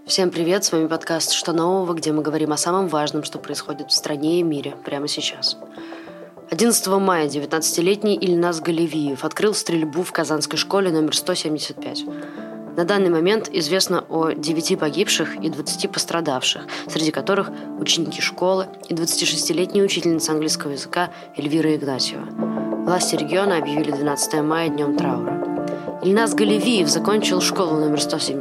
Всем привет, с вами подкаст «Что нового?», где мы говорим о самом важном, что происходит в стране и мире прямо сейчас. 11 мая 19-летний Ильназ Галевиев открыл стрельбу в казанской школе номер 175. На данный момент известно о 9 погибших и 20 пострадавших, среди которых ученики школы и 26-летняя учительница английского языка Эльвира Игнатьева. Власти региона объявили 12 мая днем траура. Ильназ Галевиев закончил школу номер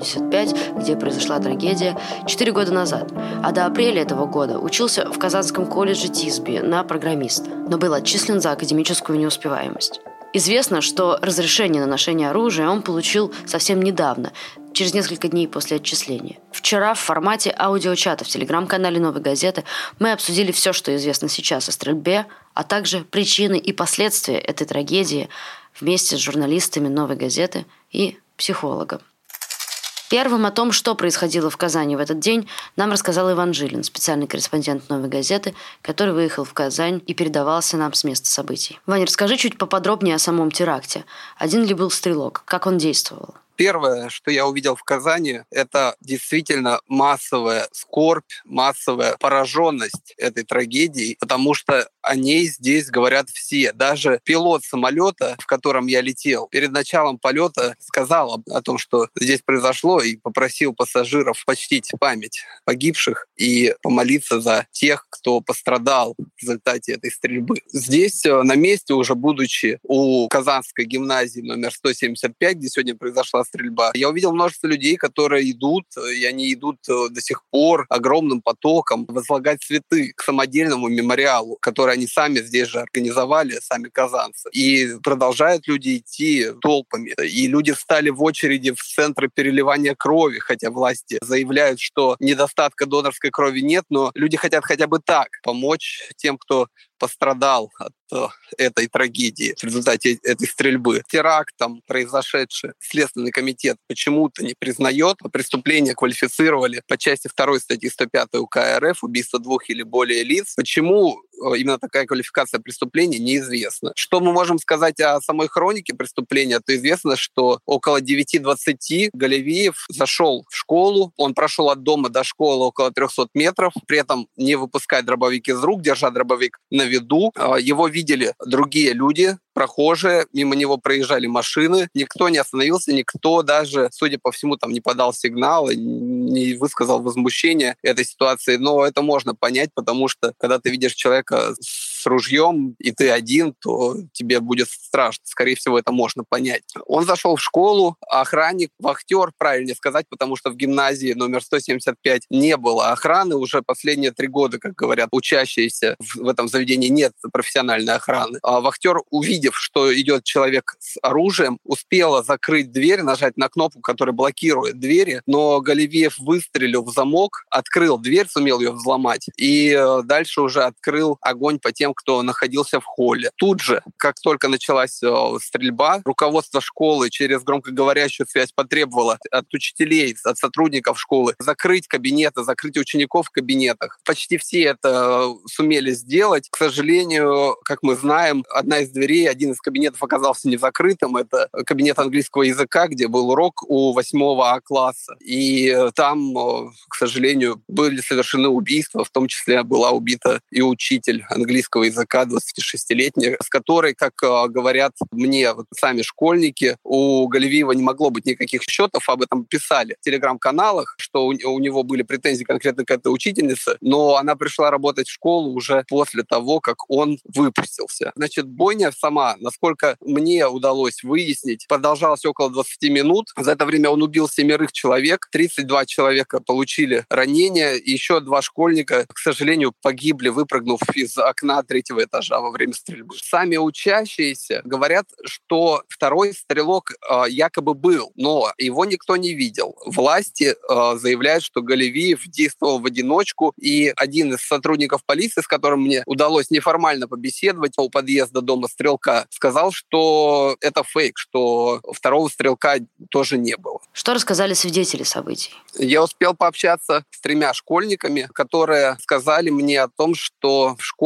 175, где произошла трагедия, 4 года назад, а до апреля этого года учился в Казанском колледже Тисби на программиста, но был отчислен за академическую неуспеваемость. Известно, что разрешение на ношение оружия он получил совсем недавно, через несколько дней после отчисления. Вчера в формате аудиочата в телеграм-канале «Новой газеты» мы обсудили все, что известно сейчас о стрельбе, а также причины и последствия этой трагедии вместе с журналистами «Новой газеты» и психологом. Первым о том, что происходило в Казани в этот день, нам рассказал Иван Жилин, специальный корреспондент «Новой газеты», который выехал в Казань и передавался нам с места событий. Ваня, расскажи чуть поподробнее о самом теракте. Один ли был стрелок? Как он действовал? Первое, что я увидел в Казани, это действительно массовая скорбь, массовая пораженность этой трагедией, потому что о ней здесь говорят все. Даже пилот самолета, в котором я летел, перед началом полета сказал о том, что здесь произошло, и попросил пассажиров почтить память погибших и помолиться за тех, кто пострадал в результате этой стрельбы. Здесь, на месте, уже будучи у Казанской гимназии номер 175, где сегодня произошла стрельба, я увидел множество людей, которые идут, и они идут до сих пор огромным потоком возлагать цветы к самодельному мемориалу, который они сами здесь же организовали, сами казанцы. И продолжают люди идти толпами. И люди встали в очереди в центры переливания крови, хотя власти заявляют, что недостатка донорской крови нет, но люди хотят хотя бы так помочь тем, кто пострадал от этой трагедии в результате этой стрельбы. Терактом, произошедший, Следственный комитет почему-то не признает. Преступление квалифицировали по части 2 статьи 105 УК РФ, убийство 2 или более лиц. Почему именно такая квалификация преступления, неизвестно. Что мы можем сказать о самой хронике преступления? То известно, что около 9:20 Галевиев зашел в школу. Он прошел от дома до школы около 300 метров, при этом не выпуская дробовик из рук, держа дробовик на виду. Его видели другие люди, прохожие, мимо него проезжали машины, никто не остановился, никто даже, судя по всему, там не подал сигнал, не высказал возмущения этой ситуации. Но это можно понять, потому что когда ты видишь человека с ружьем, и ты один, то тебе будет страшно. Скорее всего, это можно понять. Он зашел в школу, охранник, вахтер, правильнее сказать, потому что в гимназии номер 175 не было охраны. Уже последние 3 года, как говорят учащиеся, в этом заведении нет профессиональной охраны. А вахтер, увидев, что идет человек с оружием, успела закрыть дверь, нажать на кнопку, которая блокирует двери, но Галевиев выстрелил в замок, открыл дверь, сумел ее взломать, и дальше уже открыл огонь по тем, кто находился в холле. Тут же, как только началась стрельба, руководство школы через громкоговорящую связь потребовало от учителей, от сотрудников школы закрыть кабинеты, закрыть учеников в кабинетах. Почти все это сумели сделать. К сожалению, как мы знаем, одна из дверей, один из кабинетов оказался не закрытым. Это кабинет английского языка, где был урок у 8 А класса. И там, к сожалению, были совершены убийства, в том числе была убита и учитель английского языка, 26-летняя, с которой, как говорят мне сами школьники, у Галевиева не могло быть никаких счетов, об этом писали в телеграм-каналах, что у него были претензии конкретно к этой учительнице, но она пришла работать в школу уже после того, как он выпустился. Значит, бойня сама, насколько мне удалось выяснить, продолжалась около 20 минут. За это время он убил 7 человек, 32 человека получили ранения, и еще 2 школьника, к сожалению, погибли, выпрыгнув из окна 3-го этажа во время стрельбы. Сами учащиеся говорят, что второй стрелок якобы был, но его никто не видел. Власти заявляют, что Галевиев действовал в одиночку, и один из сотрудников полиции, с которым мне удалось неформально побеседовать у подъезда дома стрелка, сказал, что это фейк, что второго стрелка тоже не было. Что рассказали свидетели событий? Я успел пообщаться с 3 школьниками, которые сказали мне о том, что в школе, к сожалению,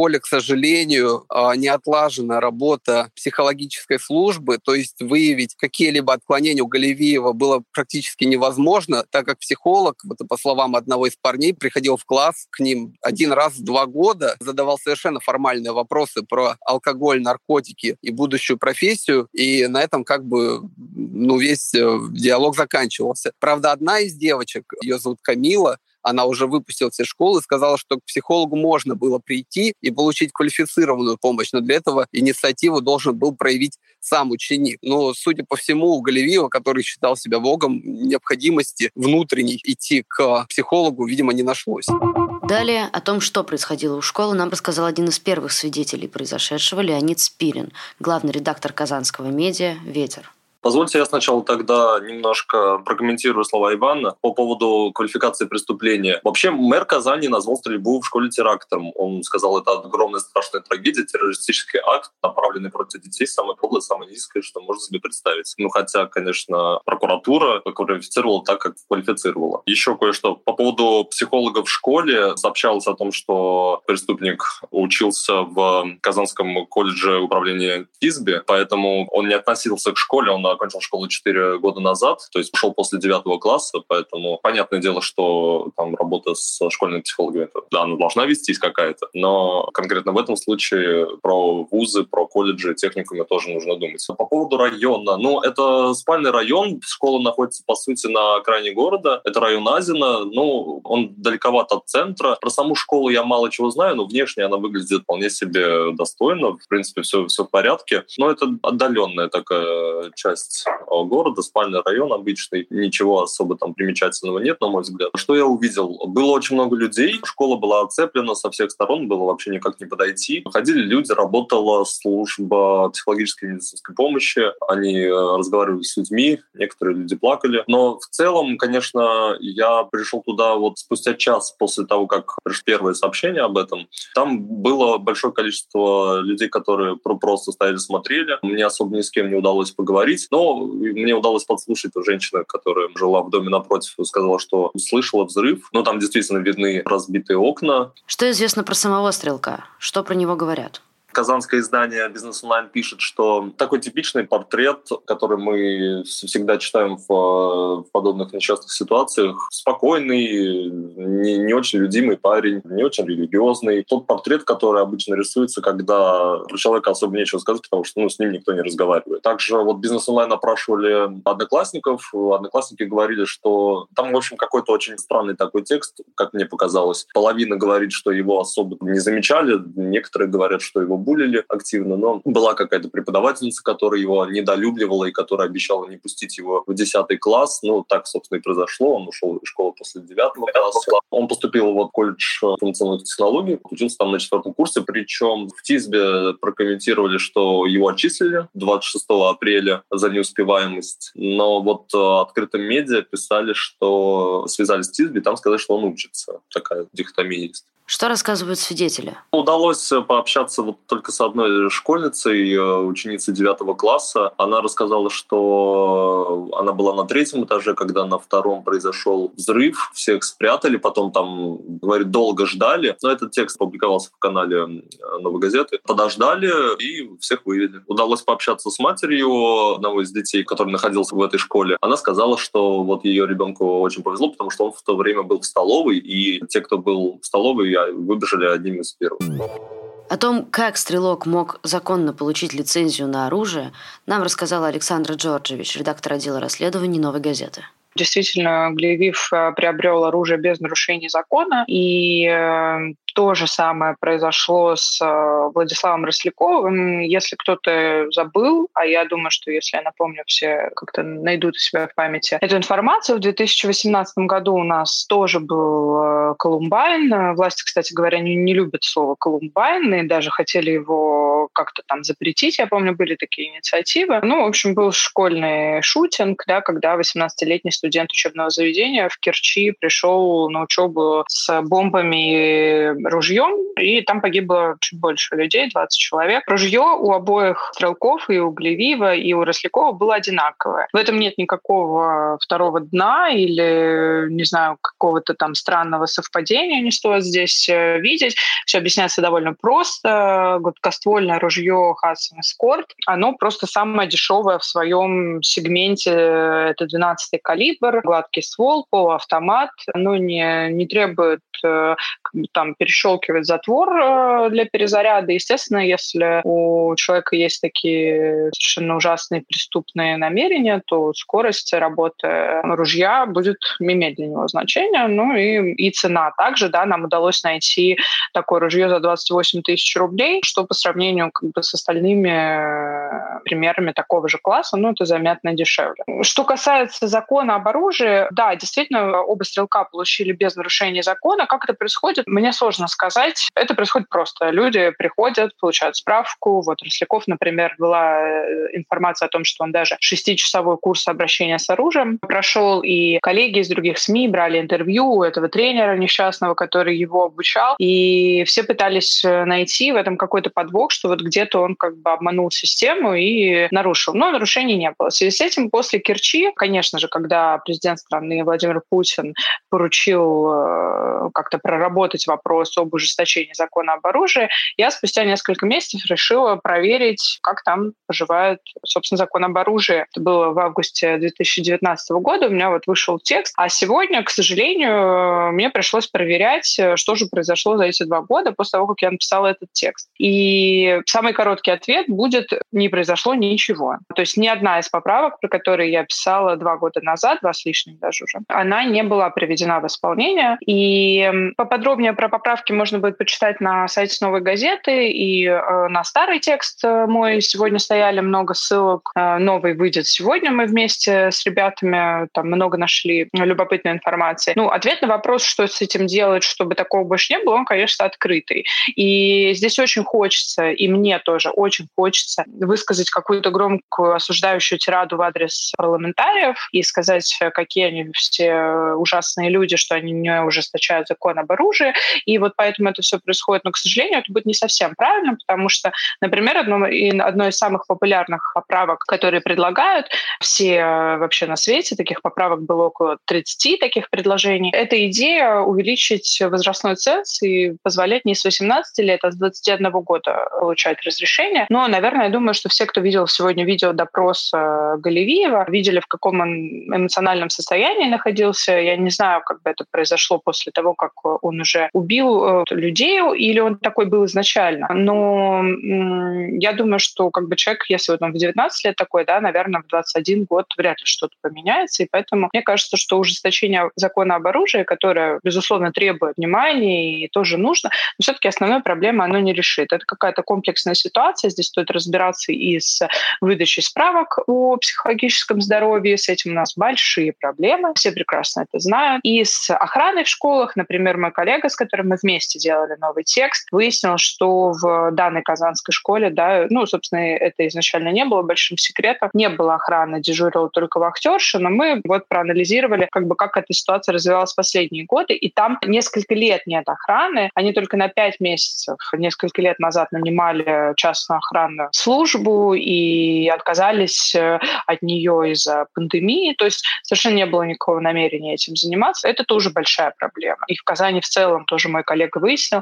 сожалению, не отлажена работа психологической службы, то есть выявить какие-либо отклонения у Галевиева было практически невозможно, так как психолог, вот по словам одного из парней, приходил в класс к ним один раз в 2 года, задавал совершенно формальные вопросы про алкоголь, наркотики и будущую профессию, и на этом весь диалог заканчивался. Правда, одна из девочек, ее зовут Камила, она уже выпустилась из школы, сказала, что к психологу можно было прийти и получить квалифицированную помощь, но для этого инициативу должен был проявить сам ученик. Но, судя по всему, у Галевиева, который считал себя богом, необходимости внутренней идти к психологу, видимо, не нашлось. Далее о том, что происходило у школы, нам рассказал один из первых свидетелей произошедшего, Леонид Спирин, главный редактор казанского медиа «Ветер». Позвольте, я сначала тогда немножко прокомментирую слова Ивана по поводу квалификации преступления. Вообще, мэр Казани назвал стрельбу в школе терактом. Он сказал, это огромная страшная трагедия, террористический акт, направленный против детей, самое подлое, самое низкое, что можно себе представить. Хотя, конечно, прокуратура квалифицировала так, как квалифицировала. Еще кое-что. По поводу психологов в школе сообщалось о том, что преступник учился в Казанском колледже управления КИСБе, поэтому он не относился к школе, он окончил школу 4 года назад, то есть ушел после 9 класса, поэтому понятное дело, что там работа с школьными психологами, она должна вестись какая-то, но конкретно в этом случае про вузы, про колледжи, техникумы тоже нужно думать. По поводу района, это спальный район, школа находится, по сути, на окраине города, это район Азина, он далековат от центра. Про саму школу я мало чего знаю, но внешне она выглядит вполне себе достойно, в принципе, все в порядке, но это отдаленная такая часть города, спальный район обычный. Ничего особо там примечательного нет, на мой взгляд. Что я увидел? Было очень много людей. Школа была оцеплена со всех сторон, было вообще никак не подойти. Ходили люди, работала служба психологической и медицинской помощи. Они разговаривали с людьми, некоторые люди плакали. Но в целом, конечно, я пришел туда спустя час после того, как пришло первое сообщение об этом. Там было большое количество людей, которые просто стояли, смотрели. Мне особо ни с кем не удалось поговорить. Но мне удалось подслушать женщину, которая жила в доме напротив, сказала, что слышала взрыв. Там действительно видны разбитые окна. Что известно про самого стрелка? Что про него говорят? Казанское издание «Бизнес Онлайн» пишет, что такой типичный портрет, который мы всегда читаем в подобных несчастных ситуациях, спокойный, не очень любимый парень, не очень религиозный. Тот портрет, который обычно рисуется, когда про человека особо нечего сказать, потому что с ним никто не разговаривает. Также «Бизнес Онлайн» опрашивали одноклассников. Одноклассники говорили, что там, в общем, какой-то очень странный такой текст, как мне показалось. Половина говорит, что его особо не замечали, некоторые говорят, что его булили активно, но была какая-то преподавательница, которая его недолюбливала и которая обещала не пустить его в 10 класс. Так, собственно, и произошло. Он ушел из школы после 9 класса. Он поступил в колледж информационных технологий, учился там на 4 курсе, причем в ТИСБе прокомментировали, что его отчислили 26 апреля за неуспеваемость, но открытым медиа писали, что связались с ТИСБе, там сказали, что он учится. Такая дихотомия есть. Что рассказывают свидетели? Удалось пообщаться только с одной школьницей, ученицей 9 класса. Она рассказала, что она была на 3-м этаже, когда на 2-м произошел взрыв. Всех спрятали, потом там, говорит, долго ждали. Но этот текст публиковался в канале «Новой газеты». Подождали и всех вывели. Удалось пообщаться с матерью одного из детей, который находился в этой школе. Она сказала, что ее ребенку очень повезло, потому что он в то время был в столовой, и те, кто был в столовой, выбежали одним из первых. О том, как стрелок мог законно получить лицензию на оружие, нам рассказала Александра Джорджевич, редактор отдела расследований «Новой газеты». Действительно, Галевиев приобрел оружие без нарушений закона, и то же самое произошло с Владиславом Росляковым. Если кто-то забыл, а я думаю, что если я напомню, все как-то найдут у себя в памяти эту информацию, в 2018 году у нас тоже был Колумбайн. Власти, кстати говоря, не любят слово «Колумбайн», и даже хотели его как-то там запретить. Я помню, были такие инициативы. В общем, был школьный шутинг, когда 18-летний студент учебного заведения в Керчи пришел на учебу с бомбами ружьем, и там погибло чуть больше людей, 20 человек. Ружье у обоих стрелков, и у Глевиева, и у Рослякова, было одинаковое. В этом нет никакого второго дна или, не знаю, какого-то там странного совпадения не стоит здесь видеть. Все объясняется довольно просто. Гладкоствольное ружье Hudson Escort, оно просто самое дешевое в своем сегменте. Это 12-й калибр, гладкий ствол, полуавтомат. Оно не требует там перещелкивать затвор для перезаряда. Естественно, если у человека есть такие совершенно ужасные преступные намерения, то скорость работы ружья будет иметь для него значение. Ну и цена также, да, нам удалось найти такое ружье за 28 тысяч рублей, что по сравнению с остальными примерами такого же класса, это заметно дешевле. Что касается закона об оружии, да, действительно, оба стрелка получили без нарушения закона. Как это происходит, мне сложно сказать. Это происходит просто. Люди приходят, получают справку. Вот Росляков, например, была информация о том, что он даже 6-часовой курс обращения с оружием прошел, и коллеги из других СМИ брали интервью у этого тренера несчастного, который его обучал, и все пытались найти в этом какой-то подвох, что вот где-то он как бы обманул систему и нарушил. Но нарушений не было. В связи с этим после Керчи, конечно же, когда президент страны Владимир Путин поручил как-то проработать вопрос об ужесточении закона об оружии, я спустя несколько месяцев решила проверить, как там поживает, собственно, закон об оружии. Это было в августе 2019 года, у меня вот вышел текст. А сегодня, к сожалению, мне пришлось проверять, что же произошло за эти 2 года после того, как я написала этот текст. И самый короткий ответ будет: не произошло ничего. То есть ни одна из поправок, про которые я писала 2 года назад, 2 с лишним даже уже, она не была приведена в исполнение. И поподробнее про поправки можно будет почитать на сайте «Новой газеты», и на старый текст мой сегодня стояли много ссылок. Новый выйдет сегодня, мы вместе с ребятами там много нашли любопытной информации. Ответ на вопрос, что с этим делать, чтобы такого больше не было, он, конечно, открытый. И здесь очень хочется, и мне тоже очень хочется высказать какую-то громкую осуждающую тираду в адрес парламентариев и сказать, какие они все ужасные люди, что они не ужесточают закон об оружии. И вот поэтому это все происходит. Но, к сожалению, это будет не совсем правильно, потому что, например, одной из самых популярных поправок, которые предлагают все вообще на свете, таких поправок было около 30 таких предложений, это идея увеличить возрастной ценз и позволять не с 18 лет, а с 21 года получать разрешение. Но, наверное, я думаю, что все, кто видел сегодня видеодопрос Глевиева, видели, в каком он эмоциональном состоянии находился. Я не знаю, как бы это произошло после того, как он уже убил людей, или он такой был изначально. Но я думаю, что как бы человек, если он в 19 лет такой, да, наверное, в 21 год вряд ли что-то поменяется. И поэтому мне кажется, что ужесточение закона об оружии, которое, безусловно, требует внимания и тоже нужно, но все-таки основную проблему оно не решит. Это какая-то комплексная ситуация. Здесь стоит разбираться и с выдачей справок о психологическом здоровье. С этим у нас большие проблемы. Все прекрасно это знают. И с охраной в школах, например, мой коллега, с которым мы вместе делали новый текст, выяснил, что в данной казанской школе, да, собственно, это изначально не было большим секретом, не было охраны, дежурила только вахтерша, но мы вот проанализировали, как эта ситуация развивалась в последние годы, и там несколько лет нет охраны, они только на 5 месяцев, несколько лет назад нанимали частную охранную службу и отказались от нее из-за пандемии, то есть совершенно не было никакого намерения этим заниматься. Это тоже большая проблема. И в Казани в целом тоже мой коллега выяснил,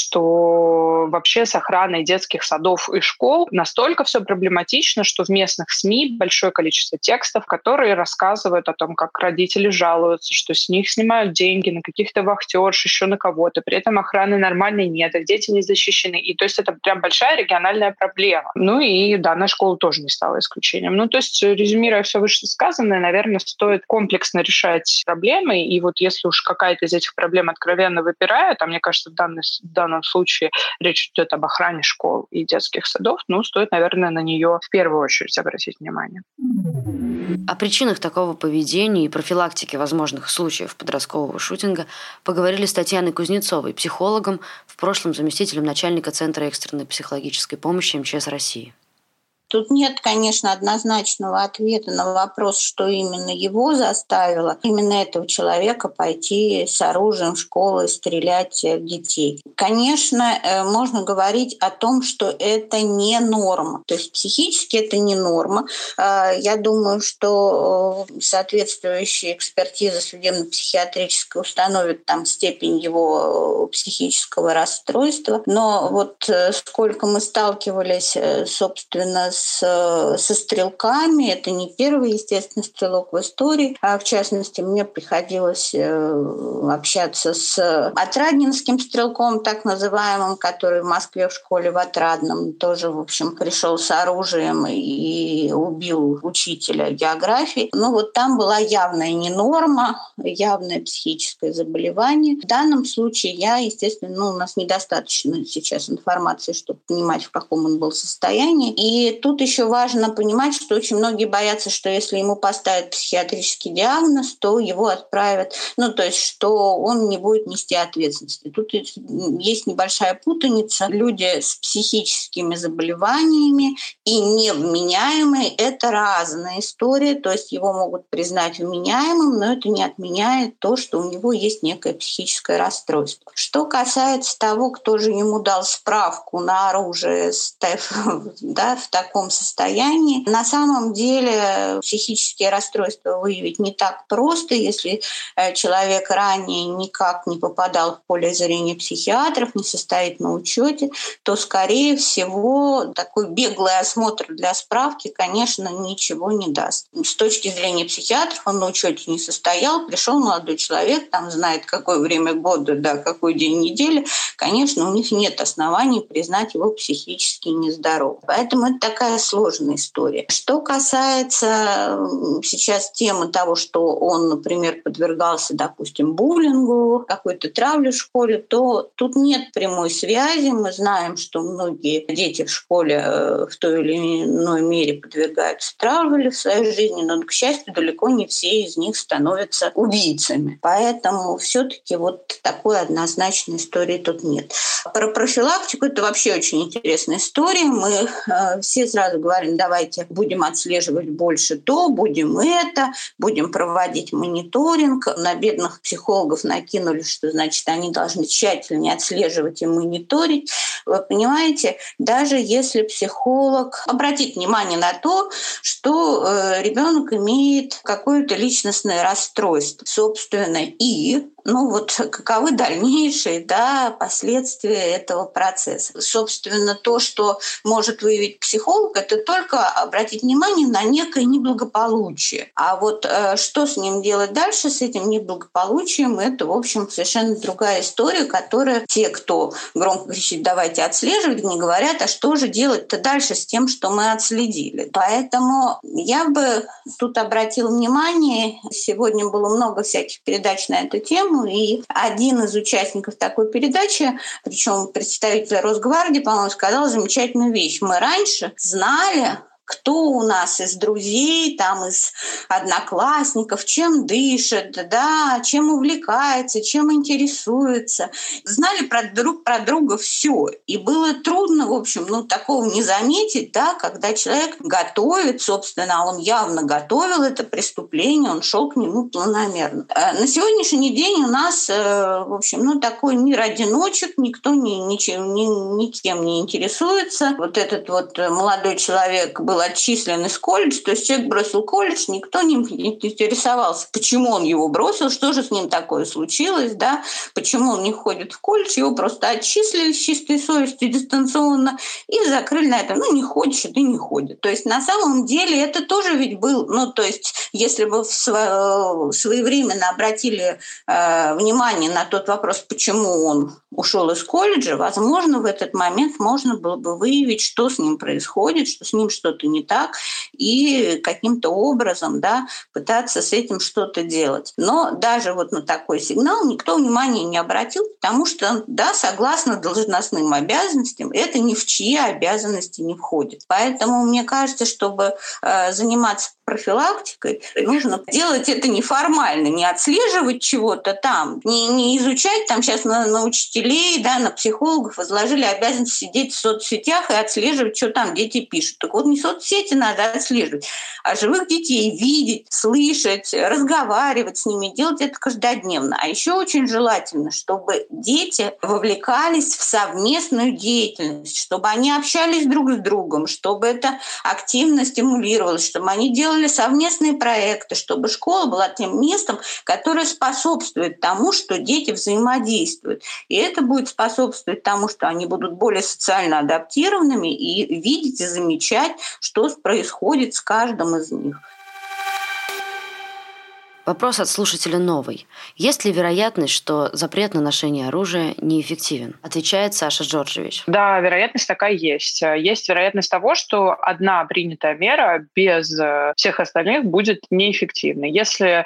что вообще с охраной детских садов и школ настолько все проблематично, что в местных СМИ большое количество текстов, которые рассказывают о том, как родители жалуются, что с них снимают деньги на каких-то вахтерш, еще на кого-то. При этом охраны нормальной нет, их дети не защищены. И то есть это прям большая региональная проблема. И данная школа тоже не стала исключением. То есть, резюмируя все вышесказанное, наверное, стоит комплексно решать проблемы. И вот если уж какая-то из этих проблем откровенно выпирает, а мне кажется, в данном случае речь идет об охране школ и детских садов, стоит, наверное, на нее в первую очередь обратить внимание. О причинах такого поведения и профилактике возможных случаев подросткового шутинга поговорили с Татьяной Кузнецовой, психологом, в прошлом заместителем начальника Центра экстренной психологической помощи МЧС России. Тут нет, конечно, однозначного ответа на вопрос, что именно его заставило именно этого человека пойти с оружием в школу и стрелять в детей. Конечно, можно говорить о том, что это не норма. То есть психически это не норма. Я думаю, что соответствующие экспертизы судебно-психиатрической установят там степень его психического расстройства. Но вот сколько мы сталкивались, собственно, со стрелками, это не первый, естественно, стрелок в истории. В частности, мне приходилось общаться с отрадненским стрелком, так называемым, который в Москве в школе в Отрадном тоже, в общем, пришел с оружием и убил учителя географии. Ну вот там была явная ненорма, явное психическое заболевание. В данном случае естественно, у нас недостаточно сейчас информации, чтобы понимать, в каком он был состоянии. И тут еще важно понимать, что очень многие боятся, что если ему поставят психиатрический диагноз, то его отправят, то есть что он не будет нести ответственности. Тут есть небольшая путаница. Люди с психическими заболеваниями и невменяемые — это разная история, то есть его могут признать вменяемым, но это не отменяет то, что у него есть некое психическое расстройство. Что касается того, кто же ему дал справку на оружие в таком состоянии, на самом деле психические расстройства выявить не так просто. Если человек ранее никак не попадал в поле зрения психиатров, не состоит на учете, то, скорее всего, такой беглый осмотр для справки, конечно, ничего не даст. С точки зрения психиатров он на учете не состоял, пришел молодой человек, там знает, какое время года, какой день недели, конечно, у них нет оснований признать его психически нездоровым. Поэтому это такая сложная история. Что касается сейчас темы того, что он, например, подвергался, допустим, буллингу, какой-то травле в школе, то тут нет прямой связи. Мы знаем, что многие дети в школе в той или иной мере подвергаются травле в своей жизни, но, к счастью, далеко не все из них становятся убийцами. Поэтому все-таки вот такой однозначной истории тут нет. Про профилактику — это вообще очень интересная история. Мы все сразу говорим, давайте будем отслеживать больше то, будем это, будем проводить мониторинг. На бедных психологов накинули, что, значит, они должны тщательнее отслеживать и мониторить. Вы понимаете, даже если психолог обратит внимание на то, что ребенок имеет какое-то личностное расстройство, собственно, и каковы дальнейшие последствия этого процесса. Собственно, то, что может выявить психолог, это только обратить внимание на некое неблагополучие. А вот что с ним делать дальше, с этим неблагополучием, это, в общем, совершенно другая история, которая те, кто громко кричит «давайте отслеживать», не говорят, а что же делать-то дальше с тем, что мы отследили. Поэтому я бы тут обратила внимание, сегодня было много всяких передач на эту тему, и один из участников такой передачи, причем представитель Росгвардии, по-моему, сказал замечательную вещь. Мы раньше знали, кто у нас из друзей, из одноклассников, чем дышит, чем увлекается, чем интересуется. Знали друг про друга все. И было трудно, в общем, такого не заметить, когда человек готовит, собственно, он явно готовил это преступление, он шел к нему планомерно. На сегодняшний день у нас, в общем, такой мир одиночек, никто никем не интересуется. Вот этот молодой человек был отчислен из колледжа, то есть человек бросил колледж, никто не интересовался, почему он его бросил, что же с ним такое случилось, почему он не ходит в колледж, его просто отчислили с чистой совестью дистанционно и закрыли на этом. Не ходишь, и ты не ходишь. То есть на самом деле это тоже ведь был, то есть если бы своевременно обратили внимание на тот вопрос, почему он ушел из колледжа, возможно, в этот момент можно было бы выявить, что с ним происходит, что с ним что-то не так, и каким-то образом пытаться с этим что-то делать. Но даже на такой сигнал никто внимания не обратил, потому что, согласно должностным обязанностям, это ни в чьи обязанности не входит. Поэтому мне кажется, чтобы заниматься профилактикой, нужно делать это неформально, не отслеживать чего-то там, не изучать сейчас на учителей, на психологов возложили обязанность сидеть в соцсетях и отслеживать, что там дети пишут. Так вот, не соцсети надо отслеживать. А живых детей видеть, слышать, разговаривать с ними, делать это каждодневно. А еще очень желательно, чтобы дети вовлекались в совместную деятельность, чтобы они общались друг с другом, чтобы это активно стимулировалось, чтобы они делали совместные проекты, чтобы школа была тем местом, которое способствует тому, что дети взаимодействуют. И это будет способствовать тому, что они будут более социально адаптированными и видеть и замечать, что происходит с каждым из них. Вопрос от слушателя новый. Есть ли вероятность, что запрет на ношение оружия неэффективен? Отвечает Саша Джорджевич. Да, вероятность такая есть. Есть вероятность того, что одна принятая мера без всех остальных будет неэффективной. Если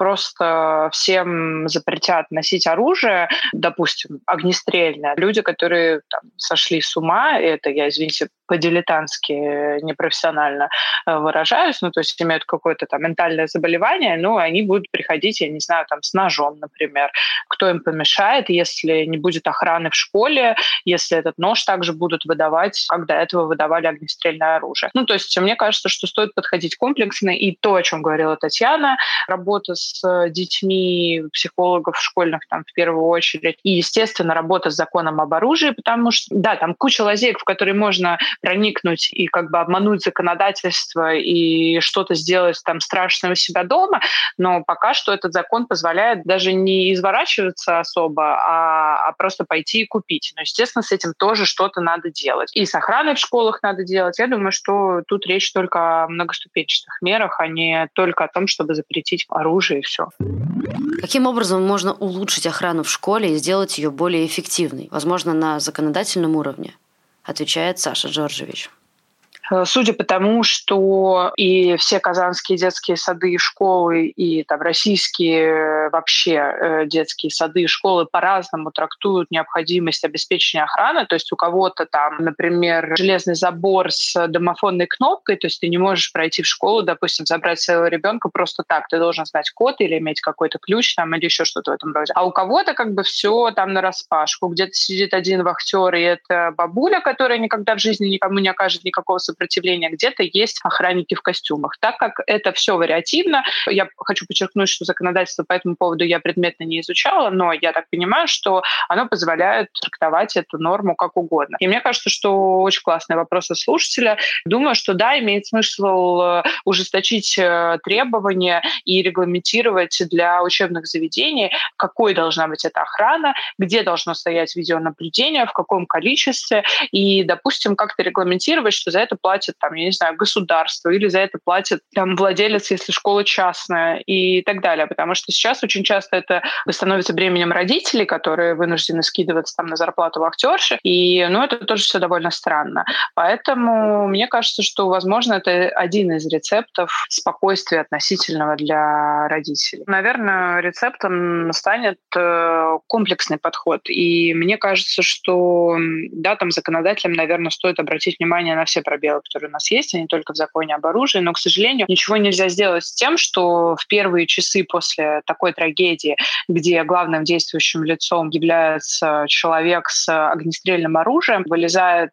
просто всем запретят носить оружие, допустим, огнестрельное, люди, которые там сошли с ума, это я, извините, по-дилетантски, непрофессионально выражаюсь, то есть имеют какое-то там ментальное заболевание, они будут приходить, я не знаю, там с ножом, например. Кто им помешает, если не будет охраны в школе, если этот нож также будут выдавать, как до этого выдавали огнестрельное оружие. То есть мне кажется, что стоит подходить комплексно, и то, о чем говорила Татьяна, работа с детьми, психологов школьных там в первую очередь, и, естественно, работа с законом об оружии, потому что, да, там куча лазеек, в которые можно проникнуть и как бы обмануть законодательство и что-то сделать там страшного у себя дома, но пока что этот закон позволяет даже не изворачиваться особо, а просто пойти и купить. Но, естественно, с этим тоже что-то надо делать. И с охраной в школах надо делать. Я думаю, что тут речь только о многоступенчатых мерах, а не только о том, чтобы запретить оружие и все. Каким образом можно улучшить охрану в школе и сделать ее более эффективной? Возможно, на законодательном уровне? Отвечает Саша Джорджевич. Судя по тому, что и все казанские детские сады и школы, и там российские вообще детские сады и школы по-разному трактуют необходимость обеспечения охраны. То есть у кого-то там, например, железный забор с домофонной кнопкой, то есть ты не можешь пройти в школу, допустим, забрать своего ребенка просто так. Ты должен знать код или иметь какой-то ключ там, или еще что-то в этом роде. А у кого-то как бы все там нараспашку. Где-то сидит один вахтер, и это бабуля, которая никогда в жизни никому не окажет никакого сопротивления, где-то есть охранники в костюмах. Так как это все вариативно, я хочу подчеркнуть, что законодательство по этому поводу я предметно не изучала, но я так понимаю, что оно позволяет трактовать эту норму как угодно. И мне кажется, что очень классный вопрос от слушателя. Думаю, что да, имеет смысл ужесточить требования и регламентировать для учебных заведений, какой должна быть эта охрана, где должно стоять видеонаблюдение, в каком количестве, и, допустим, как-то регламентировать, что за это платит, там, я не знаю, государство, или за это платит там, владелец, если школа частная, и так далее. Потому что сейчас очень часто это становится бременем родителей, которые вынуждены скидываться там, на зарплату вахтерши, и это тоже все довольно странно. Поэтому мне кажется, что, возможно, это один из рецептов спокойствия относительного для родителей. Наверное, рецептом станет комплексный подход. И мне кажется, что да, там законодателям, наверное, стоит обратить внимание на все пробелы, которые у нас есть, а не только в законе об оружии. Но, к сожалению, ничего нельзя сделать с тем, что в первые часы после такой трагедии, где главным действующим лицом является человек с огнестрельным оружием, вылезает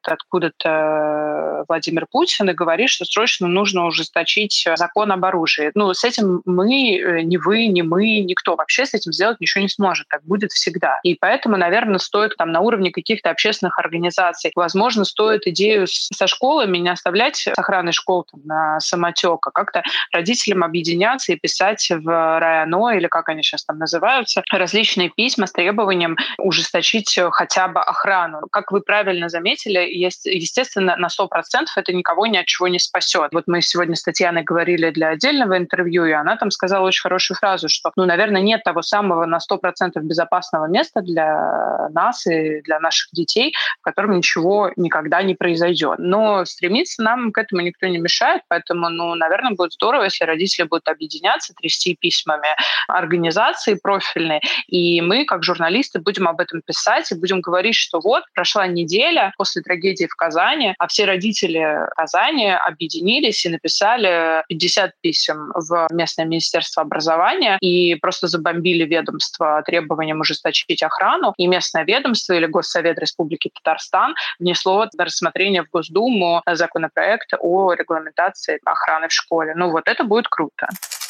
откуда-то Владимир Путин и говорит, что срочно нужно ужесточить закон об оружии. С этим мы, ни вы, ни мы, никто вообще с этим сделать ничего не сможет. Так будет всегда. И поэтому, наверное, стоит там на уровне каких-то общественных организаций, возможно, стоит идею со школами не оставлять с охраной школ там, на самотек, а как-то родителям объединяться и писать в РайОНО, или как они сейчас там называются, различные письма с требованием ужесточить хотя бы охрану. Как вы правильно заметили, естественно, на 100% это никого ни от чего не спасет. Вот мы сегодня с Татьяной говорили для отдельного интервью, и она там сказала очень хорошую фразу, что, наверное, нет того самого на 100% безопасного места для нас и для наших детей, в котором ничего никогда не произойдет. Но стремиться нам к этому никто не мешает, поэтому, наверное, будет здорово, если родители будут объединяться, трясти письмами организации профильные, и мы, как журналисты, будем об этом писать и будем говорить, что вот, прошла неделя после трагедии в Казани, а все родители Казани объединились и написали 50 писем в местное министерство образования и просто забомбили ведомство требованием ужесточить охрану, и местное ведомство или Госсовет Республики Татарстан внесло на рассмотрение в Госдуму закон законопроект о регламентации охраны в школе. Ну вот это будет круто.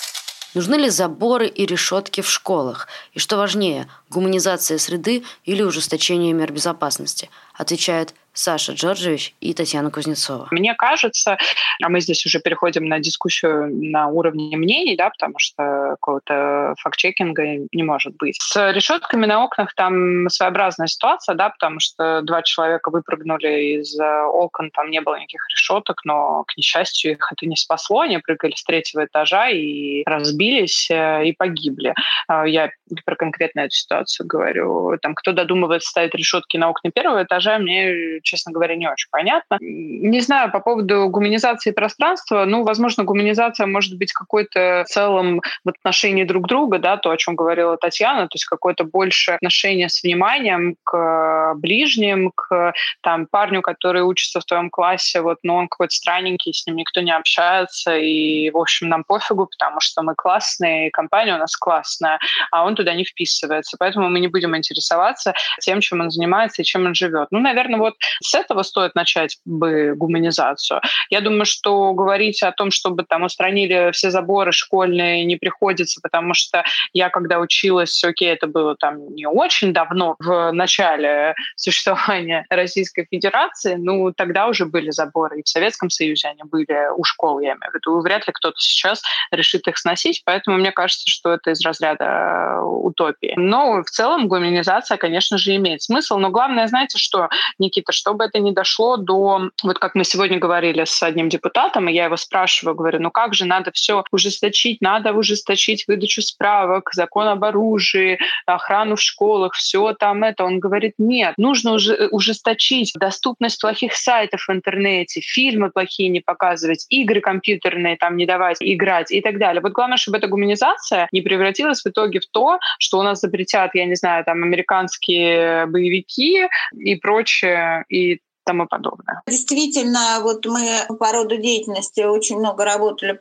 Нужны ли заборы и решетки в школах? И что важнее, гуманизация среды или ужесточение мер безопасности? Отвечает Саша Джорджевич и Татьяна Кузнецова. Мне кажется, а мы здесь уже переходим на дискуссию на уровне мнений, да, потому что какого-то факт-чекинга не может быть. С решетками на окнах там своеобразная ситуация, да, потому что 2 человека выпрыгнули из окон, там не было никаких решеток, но, к несчастью, их это не спасло. Они прыгали с 3-го этажа и разбились, и погибли. Я про конкретно эту ситуацию говорю. Там, кто додумывается ставить решетки на окна 1-го этажа, мне, честно говоря, не очень понятно. Не знаю, по поводу гуманизации пространства, возможно, гуманизация может быть какой-то в целом в отношении друг друга, да, то, о чем говорила Татьяна, то есть какое-то больше отношение с вниманием к ближним, к парню, который учится в твоем классе, но он какой-то странненький, с ним никто не общается, и, в общем, нам пофигу, потому что мы классные, и компания у нас классная, а он туда не вписывается, поэтому мы не будем интересоваться тем, чем он занимается и чем он живет. Наверное, с этого стоит начать бы гуманизацию. Я думаю, что говорить о том, чтобы устранили все заборы школьные, не приходится, потому что я, когда училась, это было не очень давно, в начале существования Российской Федерации, тогда уже были заборы, и в Советском Союзе они были у школ, я имею в виду. Вряд ли кто-то сейчас решит их сносить, поэтому мне кажется, что это из разряда утопии. Но в целом гуманизация, конечно же, имеет смысл, но главное, знаете что, Никита, чтобы это не дошло до, как мы сегодня говорили с одним депутатом, и я его спрашиваю, говорю, как же надо все ужесточить, надо ужесточить выдачу справок, закон об оружии, охрану в школах, все это. Он говорит, нет, нужно ужесточить доступность плохих сайтов в интернете, фильмы плохие не показывать, игры компьютерные не давать играть и так далее. Главное, чтобы эта гуманизация не превратилась в итоге в то, что у нас запретят, я не знаю, американские боевики и прочее, и тому подобное. Действительно, мы по роду деятельности очень много работали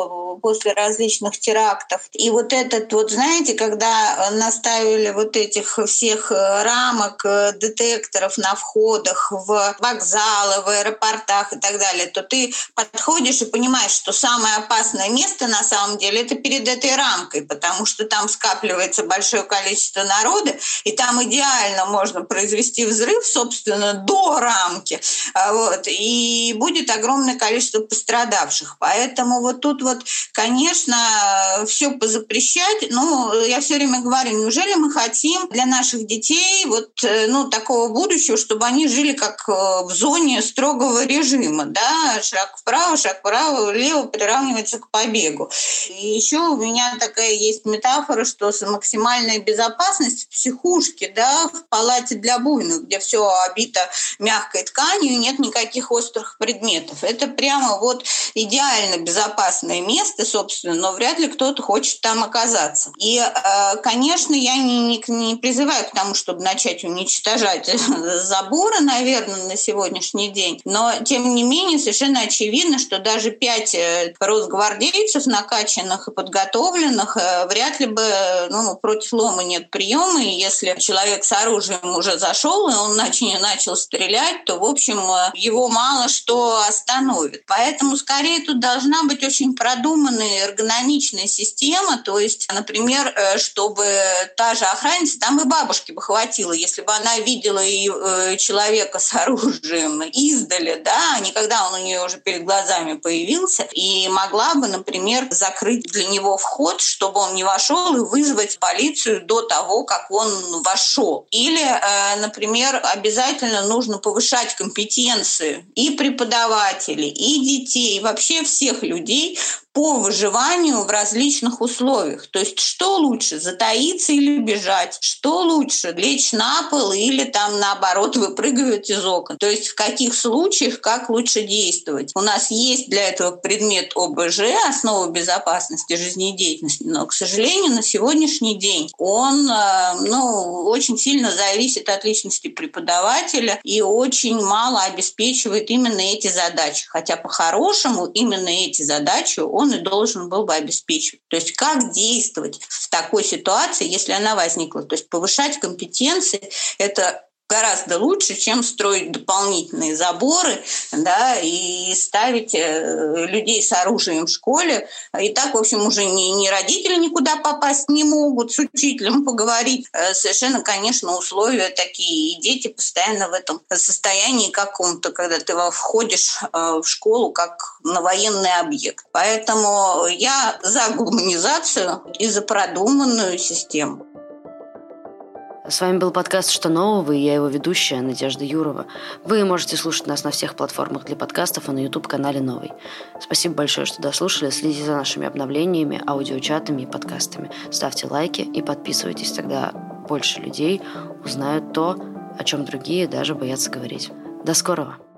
после различных терактов. И знаете, когда наставили этих всех рамок, детекторов на входах в вокзалы, в аэропортах и так далее, то ты подходишь и понимаешь, что самое опасное место на самом деле это перед этой рамкой, потому что там скапливается большое количество народа, и там идеально можно произвести взрыв, собственно, до рамки. И будет огромное количество пострадавших. Поэтому тут конечно, все позапрещать. Я все время говорю, неужели мы хотим для наших детей такого будущего, чтобы они жили как в зоне строгого режима, да, шаг вправо, влево приравнивается к побегу. И еще у меня такая есть метафора, что максимальная безопасность в психушке, да, в палате для буйных, где все обито мягкой тканью, нет никаких острых предметов. Это прямо идеально безопасное место, собственно, но вряд ли кто-то хочет там оказаться. И, конечно, я не призываю к тому, чтобы начать уничтожать заборы, наверное, на сегодняшний день, но, тем не менее, совершенно очевидно, что даже 5 росгвардейцев, накачанных и подготовленных, вряд ли бы против лома нет приема, и если человек с оружием уже зашел, и он начал стрелять, то, в общем, его мало что остановит. Поэтому, скорее, тут должна быть очень продуманная эргономичная система, то есть, например, чтобы та же охранница, там и бабушки бы хватило, если бы она видела человека с оружием издали, да, а не когда он у нее уже перед глазами появился, и могла бы, например, закрыть для него вход, чтобы он не вошел, и вызвать полицию до того, как он вошел. Или, например, обязательно нужно повышать компетенции и преподавателей, и детей, и вообще всех людей по выживанию в различных условиях. То есть что лучше, затаиться или бежать? Что лучше, лечь на пол или наоборот выпрыгивать из окон? То есть в каких случаях как лучше действовать? У нас есть для этого предмет ОБЖ, основа безопасности жизнедеятельности, но, к сожалению, на сегодняшний день он очень сильно зависит от личности преподавателя и очень мало обеспечивает именно эти задачи. Хотя по-хорошему именно эти задачи он и должен был бы обеспечивать. То есть как действовать в такой ситуации, если она возникла. То есть повышать компетенции – это гораздо лучше, чем строить дополнительные заборы, да, и ставить людей с оружием в школе. И так, в общем, уже ни родители никуда попасть не могут, с учителем поговорить. Совершенно, конечно, условия такие. И дети постоянно в этом состоянии каком-то, когда ты входишь в школу как на военный объект. Поэтому я за гуманизацию и за продуманную систему. С вами был подкаст «Что нового?» и я его ведущая Надежда Юрова. Вы можете слушать нас на всех платформах для подкастов и на YouTube-канале «Новый». Спасибо большое, что дослушали. Следите за нашими обновлениями, аудиочатами и подкастами. Ставьте лайки и подписывайтесь, тогда больше людей узнают то, о чем другие даже боятся говорить. До скорого!